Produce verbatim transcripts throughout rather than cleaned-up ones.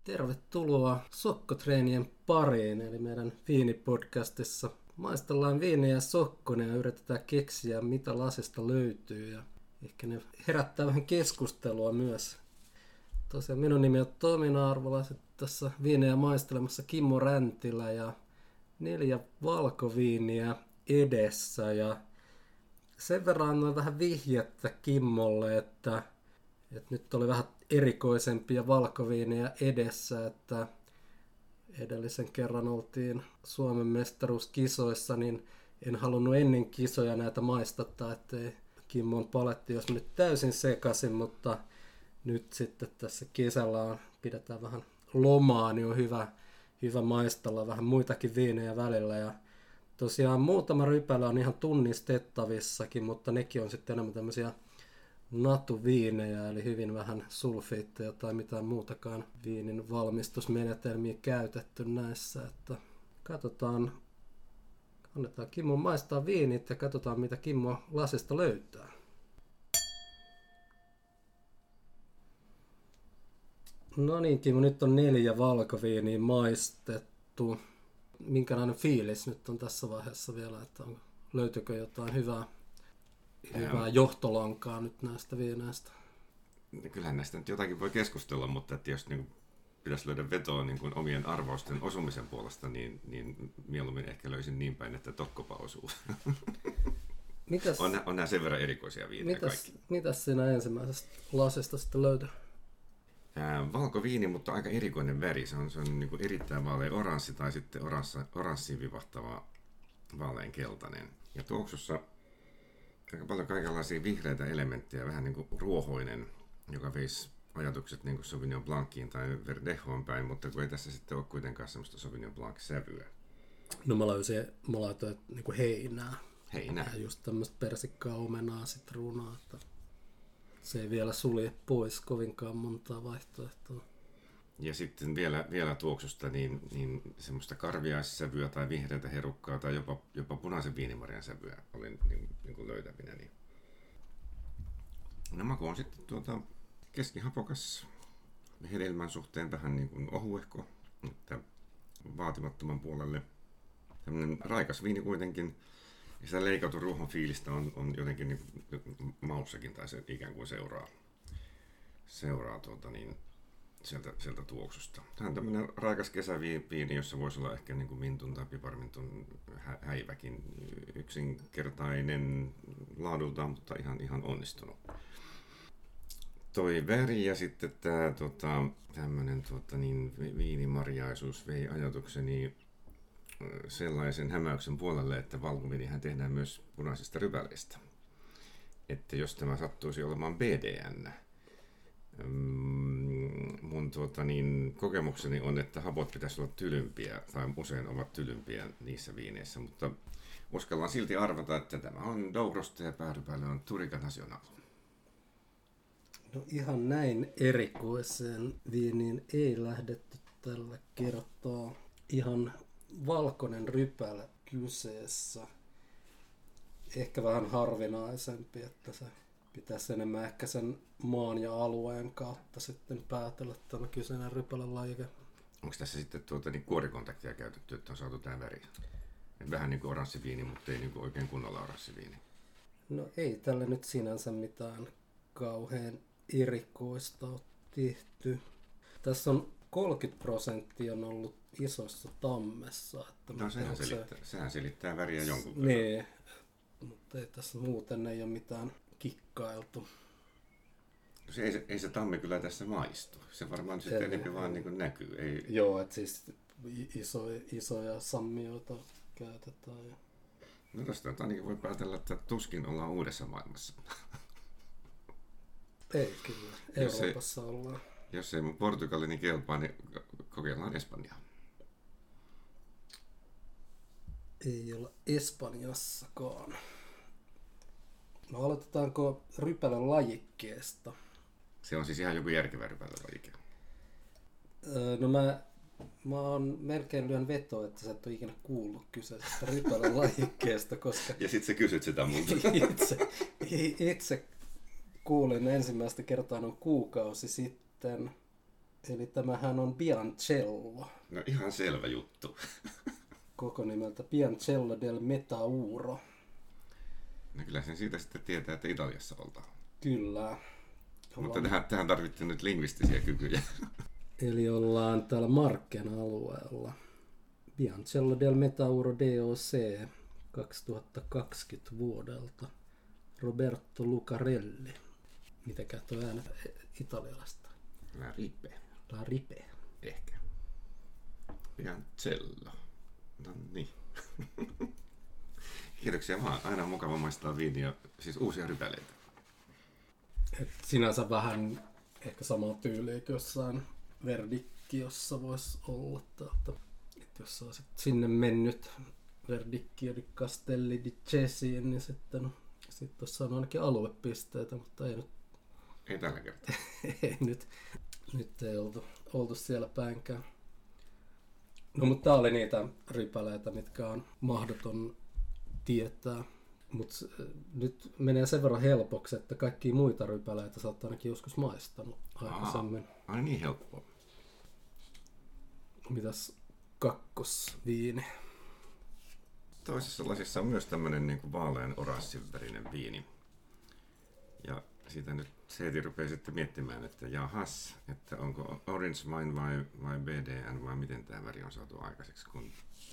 Tervetuloa Sokkotreenien pariin, eli meidän viinipodcastissa. Maistellaan viinejä Sokkonen ja yritetään keksiä, mitä lasista löytyy. Ja ehkä ne herättää vähän keskustelua myös. Tosiaan minun nimi on Tomi Naarvola, sitten tässä viinejä maistelemassa Kimmo Räntilä ja neljä valkoviiniä edessä. Ja sen verran annoin vähän vihjettä Kimmolle, että, että nyt oli vähän erikoisempia valkoviinejä edessä, että edellisen kerran oltiin Suomen mestaruuskisoissa, niin en halunnut ennen kisoja näitä maistattaa, ettei Kimmon paletti jos nyt täysin sekaisin, mutta nyt sitten tässä kesällä on, pidetään vähän lomaa, niin on hyvä, hyvä maistella vähän muitakin viinejä välillä. Ja tosiaan muutama rypälä on ihan tunnistettavissakin, mutta nekin on sitten enemmän tämmöisiä natuviinejä, eli hyvin vähän sulfiitteja tai mitään muutakaan viinin valmistusmenetelmiä käytetty näissä. Että katsotaan, annetaan Kimmon maistaa viinit ja katsotaan mitä Kimmo lasista löytää. No niin Kimmo, nyt on neljä valkoviiniä maistettu. Minkälainen fiilis nyt on tässä vaiheessa vielä, että on, löytyykö jotain hyvää? Hyvää johtolankaa nyt näistä viineistä. Kyllähän näistä nyt jotakin voi keskustella, mutta että jos niin pitäisi löydä vetoa niin kuin omien arvausten osumisen puolesta, niin, niin mieluummin ehkä löysin niin päin, että tokkopa osuu. Mitäs, on, on nämä sen verran erikoisia viinejä mitäs, kaikki. Mitäs siinä ensimmäisestä lasista sitten löytyy? Valkoviini, mutta aika erikoinen väri. Se on, se on niin kuin erittäin vaalea oranssi tai sitten oranssiin vivahtava vaaleankeltainen. Ja tuoksussa aika paljon kaikenlaisia vihreitä elementtejä, vähän niin kuin ruohoinen, joka veisi ajatukset niin kuin Sauvignon Blanciin tai Verdejoon päin, mutta kun ei tässä sitten ole kuitenkaan semmoista Sauvignon Blanc-sävyä. No mä löysin, mä laitoin niin kuin heinää. Heinää. Ja just tämmöistä persikkaa, omenaa, sitruunaa. Että se ei vielä sulje pois kovinkaan montaa vaihtoehtoa. Ja sitten vielä, vielä tuoksusta niin, niin semmoista karviaissävyä tai vihreätä herukkaa tai jopa, jopa punaisen viinimarjan sävyä olin niin, niin kuin löytävinäni. No maku on sitten tuota keskihapokas, hedelmän suhteen vähän niin kuin ohuehko, mutta vaatimattoman puolelle. Tämmöinen raikas viini kuitenkin. Ja sitä leikatun ruohon fiilistä on, on jotenkin niin kuin maussakin tai se ikään kuin seuraa, seuraa tuota niin, Sieltä, sieltä tuoksusta. Tämä on tämmöinen raikas kesäviini, jossa voisi olla ehkä niin kuin mintun tai piparmintun hä- häiväkin. Yksinkertainen laadultaan, mutta ihan, ihan onnistunut. Toi väri ja sitten tämä tota, tämmöinen tota, niin, viinimarjaisuus vei ajatukseni sellaisen hämäyksen puolelle, että valkoviinihän tehdään myös punaisista rypäleistä. Että jos tämä sattuisi olemaan B D N, mun tuota, niin, kokemukseni on, että hapot pitäisi olla tylympiä, tai usein ovat tylympiä niissä viineissä, mutta uskallan silti arvata, että tämä on Dourosta ja päärypäällä on Touriga Nacional. No ihan näin erikoiseen viiniin ei lähdetty tällä kertaa. Ihan valkoinen rypälä kyseessä. Ehkä vähän harvinaisempi, että se pitäisi enemmän ehkä sen maan ja alueen kautta sitten päätellä tämä kyseinen rypälän lajike. Onko tässä sitten tuota, niin kuorikontaktia käytetty, että on saatu tämä väri? Vähän niin kuin oranssiviini, mutta ei niin kuin oikein kunnolla oranssiviini. No ei tällä nyt sinänsä mitään kauhean erikoista ole tehty. Tässä on kolmekymmentä prosenttia on ollut isossa tammessa. Että no sehän selittää, se... sehän selittää väriä jonkun verran. Niin, mutta ei tässä muuten ei ole mitään kikkailtu. Se ei, se, ei se tammi kyllä tässä maistu. Se varmaan sitten ei, enemmän vaan niin kuin näkyy. Ei... Joo, että siis iso, isoja sammioita käytetään. Ja... No tästä ainakin voi päätellä, että tuskin ollaan uudessa maailmassa. Ei kyllä, Euroopassa jos ei, ollaan. Jos ei mun Portugali niin kelpaa, niin kokeillaan Espanjaa. Ei olla Espanjassakaan. No aloitetaanko rypälän lajikkeesta? Se on siis ihan joku järkevä rypälän lajike. Öö, no mä, mä oon melkein lyön vetoa, että sä et ole ikinä kuullut kyseisestä rypälän lajikkeesta, koska... Ja sit sä kysyt sitä multa. itse, itse kuulin ensimmäistä kertaa noin kuukausi sitten. Eli tämähän on Biancello. No ihan selvä juttu. Koko nimeltä Biancello del Metauro. No kyllä sen siitä sitten tietää, että Italiassa oltaan. Kyllä. Mutta tähän, tähän tarvittiin nyt lingvistisiä kykyjä. Eli ollaan täällä Marken alueella. Biancello del Metauro D O C kaksituhattakaksikymmentä vuodelta. Roberto Lucarelli. Mitäkään tuo äänet italialaista? La Ripe. La Ripe. Ehkä. Biancello. No niin. Kiitoksia vaan. Aina on mukava maistaa viiniä, siis uusia rypäleitä. Et sinänsä vähän ehkä samaa tyyliä kuin jossain Verdicchiossa voisi olla. Täältä. Et jos sä olisit sinne mennyt Verdicchio di Castelli di Cesiin, niin sitten sit tuossa on ainakin aluepisteitä, mutta ei nyt. Ei tällä kertaa. ei nyt. Nyt ei oltu, oltu siellä päinkään. No mutta tää oli niitä rypäleitä, mitkä on mahdoton tietää. Mutta nyt menee sen verran helpoksi, että kaikkia muita rypäleitä sä oot ainakin joskus maistanut aikaisemmin. Ai niin helppoa. Mitäs kakkosviini? Toisessa lasissa on myös tämmönen niin kuin vaalean oranssinvärinen viini. Ja siitä nyt se heti rupeaa sitten miettimään, että jahas, että onko orange wine vai, vai B D N vai miten tämä väri on saatu aikaiseksi, kun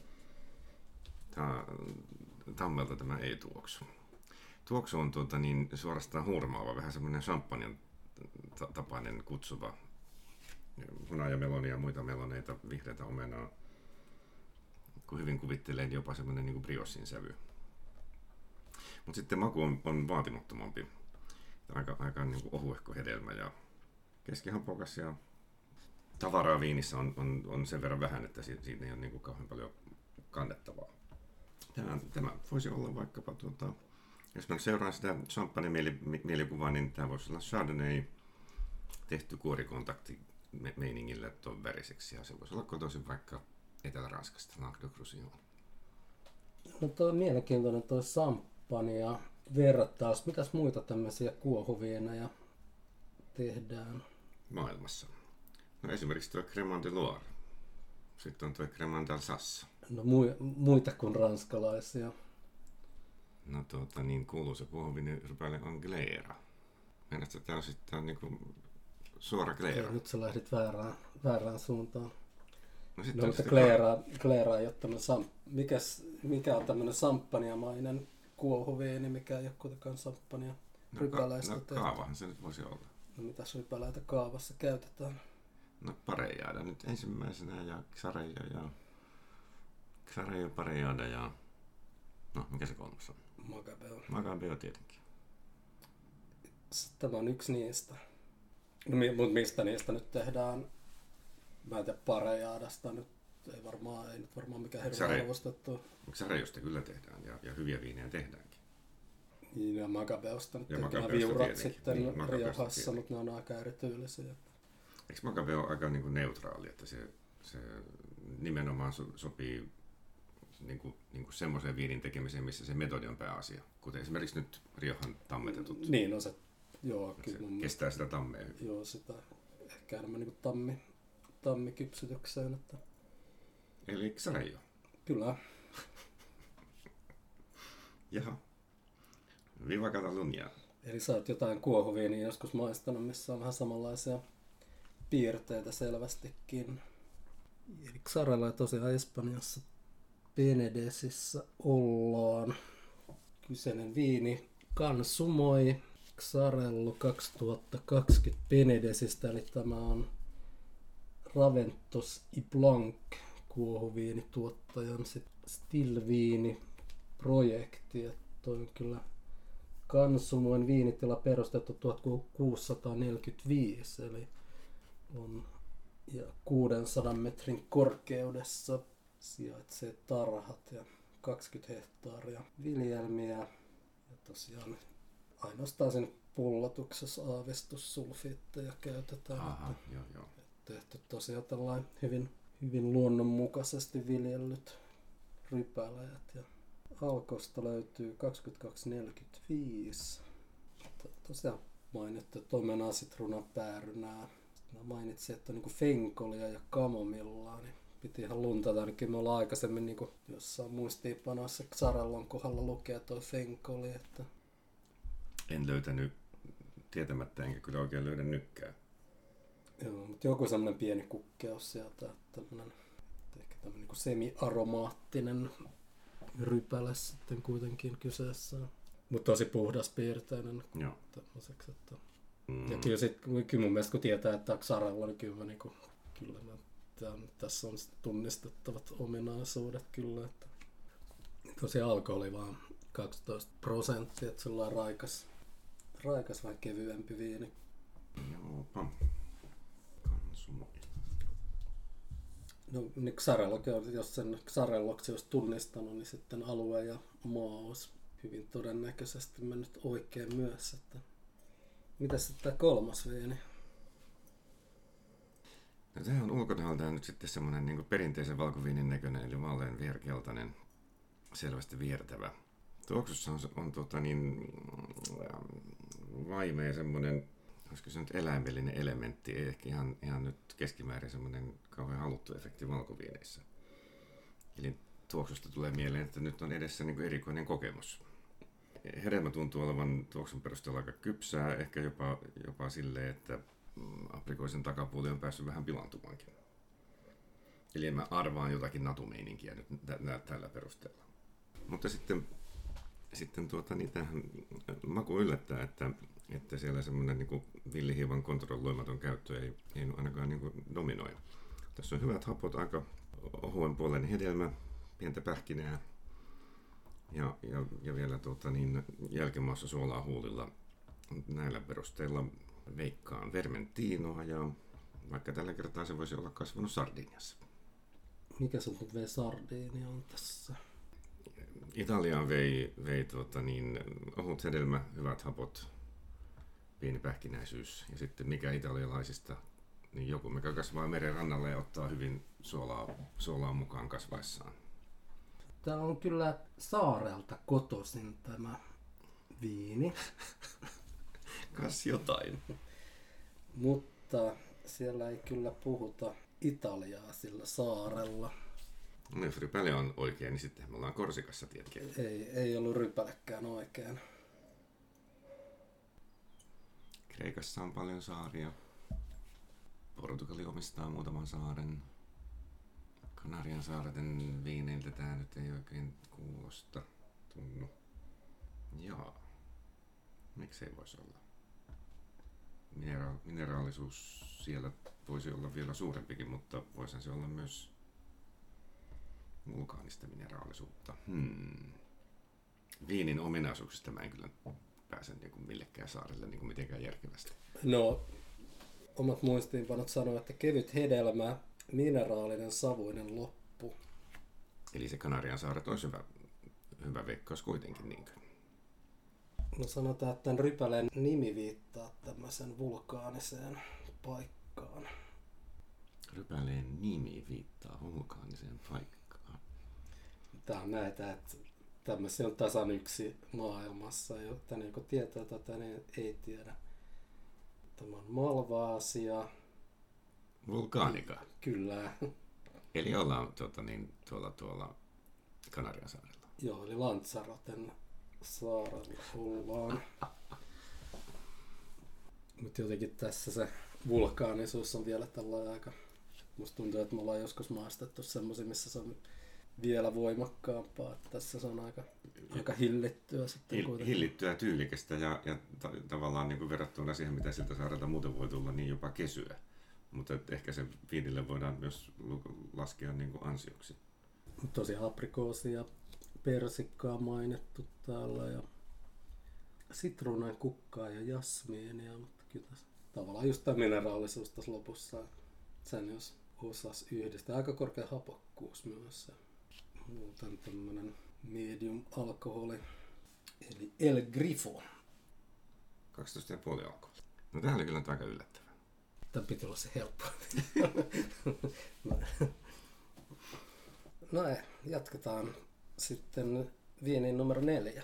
tää, tammelta tämä ei tuoksu. Tuoksu on tuota niin suorastaan hurmaava, vähän semmoinen champagnen tapainen kutsuva. Hunaja melonia ja muita meloneita, vihreitä omenaa. Kun hyvin kuvittelee, niin jopa semmoinen niin kuin briossin sävy. Mutta sitten maku on, on vaatimattomampi. Aika, aika niin kuin ohuehko hedelmä ja keskihapokas ja tavaraa viinissä on, on, on sen verran vähän, että siitä, siitä ei ole niin kuin kauhean paljon kannettavaa. Tämä, tämä voisi olla vaikkapa, tuota, jos mä seuraan sitä champagne-mielikuvaa, niin tämä voisi olla Chardonnay tehty kuorikontakti meiningillä tuon väriseksi ja se voisi olla kotoisin vaikka Etelä-Ranskasta, Languedoc-Roussillon. No toi on mielenkiintoinen toi champagne ja vertaus. Mitäs muita tämmöisiä kuohuviinejä tehdään? Maailmassa. No esimerkiksi tuo Cremant de Loire. Sitten on tuo Cremant d'Alsace. No mu- muita kuin ranskalaisia. No tuota niin kuuluisa kuohuviinirypäle on Glera. Meinaatko, että tämä on sitten niinku suora Glera? Ei, nyt sä lähdit väärään, väärään suuntaan. No, no mutta Glera, Glera ei ole tämmöinen sam- Mikäs, mikä on tämmöinen samppaniamainen kuohuviini, mikä ei ole kuitenkaan samppania no, rypäleistä no, tehty. kaavahan se nyt voisi olla. No mitäs rypäleitä kaavassa käytetään? No Parejaada nyt ensimmäisenä ja Xareja ja Xareja, Parejaada ja no mikä se kolmas on? Magabeo. Magabeo tietenkin. Tämä on yksi niistä. No, mutta mistä niistä nyt tehdään? Mä en tiedä, Parejaadasta nyt ei varmaan, ei nyt varmaan mikään hirveän arvostettu. Xarejosta kyllä tehdään ja, ja hyviä viinejä tehdäänkin. Niin, ja Magabeosta nyt ja tehdään viurat sitten niin, Riojassa, mutta ne on aika erityylisiä. Eikö Magabeo aika niin kuin neutraali, että se, se nimenomaan so, sopii niin kuin, niin kuin semmoiseen viinin tekemiseen, missä se metodi on pääasia, kuten esimerkiksi nyt Riojan tammetetut. Niin on se, joo. Se kyllä, kestää sitä tammea hyvin. Joo, sitä ehkä enemmän niin kuin tammi, tammikypsytykseen. Että... Eli Xarejo. Kyllä. Jaha. Viva Catalunya. Eli sä oot jotain kuohuviiniä joskus maistanut, missä on vähän samanlaisia piirteitä selvästikin. Eli Xarella tosiaan Espanjassa Penedesissä ollaan. Kyseinen viini Consumoi Xarello kaksituhattakaksikymmentä Penedesistä, eli tämä on Raventos y Blanc kuohuviinituottajan Stilviini projekti. Että toi on kyllä Consumoin viinitila perustettu tuhatkuusisataaneljäkymmentäviisi, eli on ja kuudensadan metrin korkeudessa sijaitsee tarhat ja kaksikymmentä hehtaaria viljelmiä. Ja tosiaan ainoastaan sen pullotuksessa aavistussulfiitteja käytetään. Aha, joo, joo. Tehty tosiaan tällainen hyvin, hyvin luonnonmukaisesti viljellyt rypäleet. Ja Alkosta löytyy kaksikymmentäkaksi neljäkymmentäviisi. Tosiaan mainittu, että omena, sitruuna, päärynää. Mä mainitsin, että on niinku fenkolia ja kamomillaa, niin piti ihan luntata. Ainakin me ollaan aikaisemmin niinku jossain muistiinpanoissa Xarellon kohdalla lukea toi fenkoli. Että... En löytänyt tietämättä, enkä kyllä oikein löydä nykkää. Joo, mutta joku semmoinen pieni kukkeus sieltä, tämmönen, ehkä tämmönen niinku semi-aromaattinen rypäle sitten kuitenkin kyseessä. Mutta tosi puhdaspiirteinen tämmöiseksi. Että... Mm. Ja kyllä, sit, kyllä mun mielestä kun tietää, että Xarello, niin kyllä, mä, niin kuin, kyllä mä, tämän, tässä on tunnistettavat ominaisuudet kyllä. Että... Tosiaan alkoholi vaan kaksitoista prosenttia, että sulla on raikas, raikas vähän kevyempi viini. Joopa. Konsumoi. No niin Xarello, jos sen Xarelloksi olisi tunnistanut, niin sitten alue ja maa olisi hyvin todennäköisesti mennyt oikein myös. Että... Mitäs sitten tämä kolmas viini? No tämä on ulkonäöltään nyt sitten semmoinen niin perinteisen valkoviinin näköinen, eli vaalean viherkeltainen, selvästi viertävä. Tuoksussa on, on tota niin, vaimea semmoinen, olisiko se nyt eläimellinen elementti, ei ehkä ihan, ihan nyt keskimäärin semmoinen kauhean haluttu efekti valkoviineissä. Eli tuoksusta tulee mieleen, että nyt on edessä niin kuin erikoinen kokemus. Hedelmä tuntuu olevan tuoksun perusteella aika kypsää, ehkä jopa, jopa silleen, että aprikoisen takapuoli on päässyt vähän pilantumaankin. Eli mä arvaan jotakin natumeininkiä nyt tä- tällä perusteella. Mutta sitten, sitten tuota, niin tähän maku yllättää, että, että siellä semmoinen niin villihiivan kontrolloimaton käyttö ei, ei ainakaan niin dominoi. Tässä on hyvät hapot, aika ohuen puolen hedelmä, pientä pähkinää. Ja, ja, ja vielä tuota, niin, jälkimmäisessä suolaa huulilla näillä perusteilla veikkaan Vermentinoa, ja vaikka tällä kertaa se voisi olla kasvanut Sardiniassa. Mikä se nyt vei Sardinia on tässä? Italiaan vei, vei tuota, niin, ohut hedelmä, hyvät hapot, pieni pähkinäisyys, ja sitten mikä italialaisista, niin joku mikä kasvaa meren rannalla ja ottaa hyvin suolaa, suolaa mukaan kasvaessaan. Tämä on kyllä saarelta kotoisin tämä viini. Kas jotain. Mutta siellä ei kyllä puhuta italiaa sillä saarella. No jos rypäle on oikein, niin sitten me ollaan Korsikassa, tiedätkö? Ei, ei ollut rypälekään oikein. Kreikassa on paljon saaria. Portugali omistaa muutaman saaren. Kanarian saarten viineiltä tää nyt ei oikein kuulosta tunnu. Jaa. Miksei voisi olla? Minera- mineraalisuus siellä voisi olla vielä suurempikin, mutta voisihan se olla myös vulkaanista mineraalisuutta. Hmm. Viinin ominaisuuksista mä en kyllä pääse niin kuin millekään saarelle niin kuin mitenkään järkevästi. No, omat muistiinpanot sanoo, että kevyt hedelmä, mineraalinen savuinen loppu. Eli se Kanarian saaret olisi hyvä, hyvä veikkaus kuitenkin, niinkö? No sanotaan, että tämän rypäleen nimi viittaa tämmöisen vulkaaniseen paikkaan. Rypäleen nimi viittaa vulkaaniseen paikkaan. Tää on näitä, että tämmöisiä on tasan yksi maailmassa, jotta niin kun tietää tätä, niin ei tiedä. Tämä on Malvasia. Vulkaanika. Kyllä. Eli ollaan tuota, niin, tuolla, tuolla Kanarian saarella. Joo, eli Lanzaroten saarella ollaan. Mutta jotenkin tässä se vulkaanisuus on vielä tällä aika... Musta tuntuu, että me ollaan joskus maastettu semmoisia, missä se on vielä voimakkaampaa. Että tässä se on aika, aika hillittyä sitten Hill, kuitenkin. Hillittyä, tyylikästä ja, ja ta- tavallaan niin kuin verrattuna siihen, mitä siltä saarelta muuten voi tulla, niin jopa kesyä. Mutta ehkä se viinille voidaan myös laskea niin kuin ansioksi. Tosiaan aprikoosia ja persikkaa mainittu täällä ja sitruunan kukkaa ja jasmiinia, mutta kyllä tässä tavallaan just tämä mineraalisuus tässä lopussa, sen jos osas yhdistää. Aika korkea hapokkuus myös ja muuten tämmönen medium alkoholi, eli El Grifo. kaksitoista pilkku viisi alkoholia. No tämähän oli kyllä aika yllättävää. Tämä piti olla se helppo. No ei, jatketaan sitten viiniin numero neljä.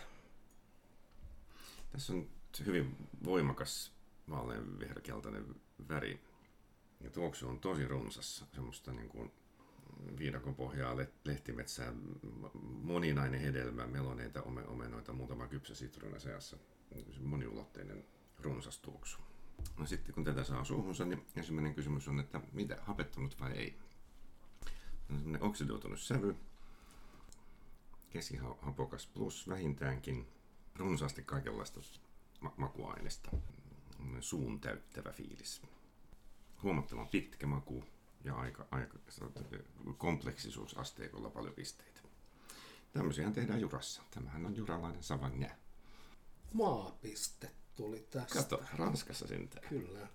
Tässä on hyvin voimakas vaalean viherkeltainen väri. Ja tuoksu on tosi runsas, semmoista niin kuin viidakonpohjaa, lehtimetsää, moninainen hedelmä, meloneita, omenoita, muutama kypsä sitruuna seassa. Moniulotteinen, runsas tuoksu. No sitten kun tätä saa suuhunsa, niin ensimmäinen kysymys on, että mitä, hapettunut vai ei? On semmoinen oksidoitunut sävy, keskihapokas plus vähintäänkin, runsaasti kaikenlaista ma- makuaineesta, suun täyttävä fiilis. Huomattavan pitkä maku ja aika, aika kompleksisuusasteikolla paljon pisteitä. Tämmöisiä tehdään Jurassa. Tämähän on juralainen Sauvignon. Maapiste tuli tästä. Kato, Ranskassa sentään. Kyllä.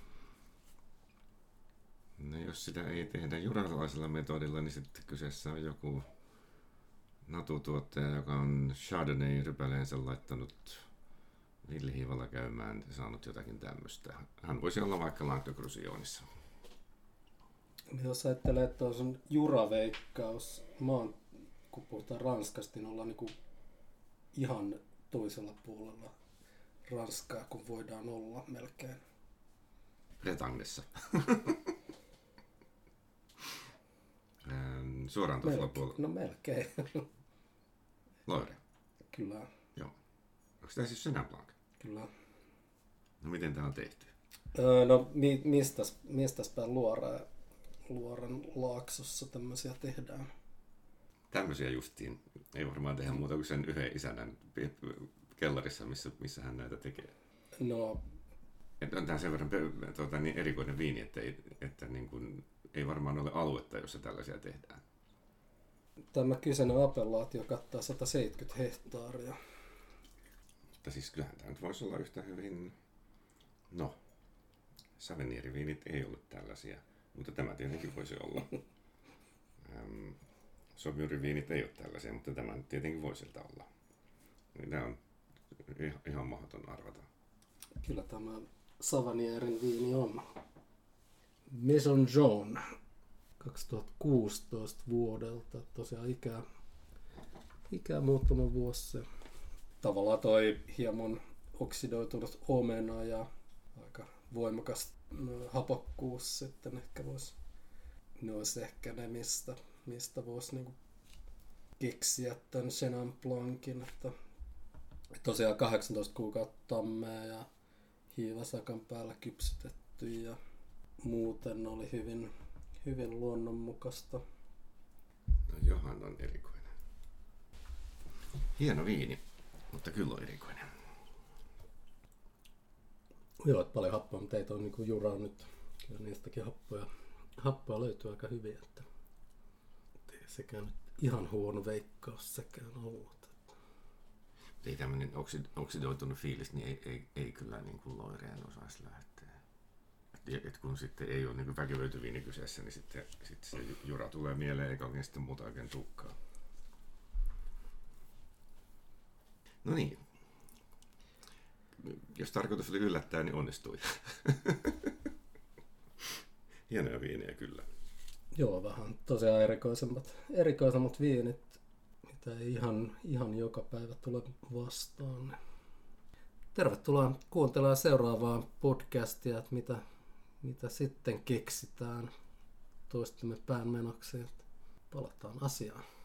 No jos sitä ei tehdä juralaisella metodilla, niin sitten kyseessä on joku natutuottaja, joka on Chardonnay-rypäleensä laittanut villihiivalla käymään ja saanut jotakin tämmöistä. Hän voisi olla vaikka Languedoc-Roussillonissa. Jos ajattelee, että on juraveikkaus, maan, kun puhutaan Ranskasta, niin ollaan niin ihan toisella puolella Ranskaa, kun voidaan olla melkein. Bretagnessa. Suoraan toisella puolella. No melkein. Loire. Kyllä. Joo. Onko tämä siis Chenin Blanc? Kyllä. No miten tämä on tehty? Öö, no mi- mistäs, mistäs päin Luoraa, Luoran laaksossa tämmöisiä tehdään? Tämmöisiä justiin. Ei varmaan tehdä muuta kuin sen yhden isännän kellarissa, missä, missä hän näitä tekee. No. Että on tämä sen verran tuota, niin erikoinen viini, että, ei, että niin kuin, ei varmaan ole aluetta, jossa tällaisia tehdään. Tämä kyseinen appellaatio kattaa sata seitsemänkymmentä hehtaaria. Mutta siis kyllähän tämä nyt voisi olla yhtä hyvin. No, Sauvignon-viinit ei ollut tällaisia, mutta tämä tietenkin voisi olla. ähm, Sauvignon-viinit ei ole tällaisia, mutta tämä nyt tietenkin voisi siltä olla. Tämä on ihan, ihan mahdoton arvata. Kyllä tämä Sauvignonin viini on. Maison Jaune kaksituhattakuusitoista vuodelta. Tosiaan ikää, ikää muutama vuosi. Tavallaan toi hieman oksidoitunut omena ja aika voimakas hapokkuus sitten ehkä voisi, ne olisi ehkä ne, mistä, mistä voisi niinku keksiä tämän Chenin Blancin. Että tosiaan kahdeksantoista kuukautta tammea ja hiivasakan päällä kypsytetty ja muuten oli hyvin, hyvin luonnonmukaista. No Johan on erikoinen. Hieno viini, mutta kyllä on erikoinen. Joo, että paljon happoa, mutta ei toi niinku juraa nyt. Kyllä niistäkin happoja, happoja löytyy aika hyvin, että ei sekään nyt ihan huono veikkaus sekään ollut. Ei tämmöinen oksid- oksidoitunut fiilis, niin ei, ei, ei kyllä niin kuin loireen osaisi lähteä. Et, et kun sitten ei ole niin kuin väkevöityviini kyseessä, niin sitten, sitten se jura tulee mieleen eikä oikein sitten muuta oikein tukkaa. No niin. Jos tarkoitus oli yllättää, niin onnistui. Hienoja viinejä kyllä. Joo, vähän tosiaan erikoisemmat, erikoisemmat viinit, mitä ei ihan, ihan joka päivä tule vastaan. Tervetuloa kuuntelemaan seuraavaa podcastia, että mitä, mitä sitten keksitään toistemme päänmenoksi. Palataan asiaan.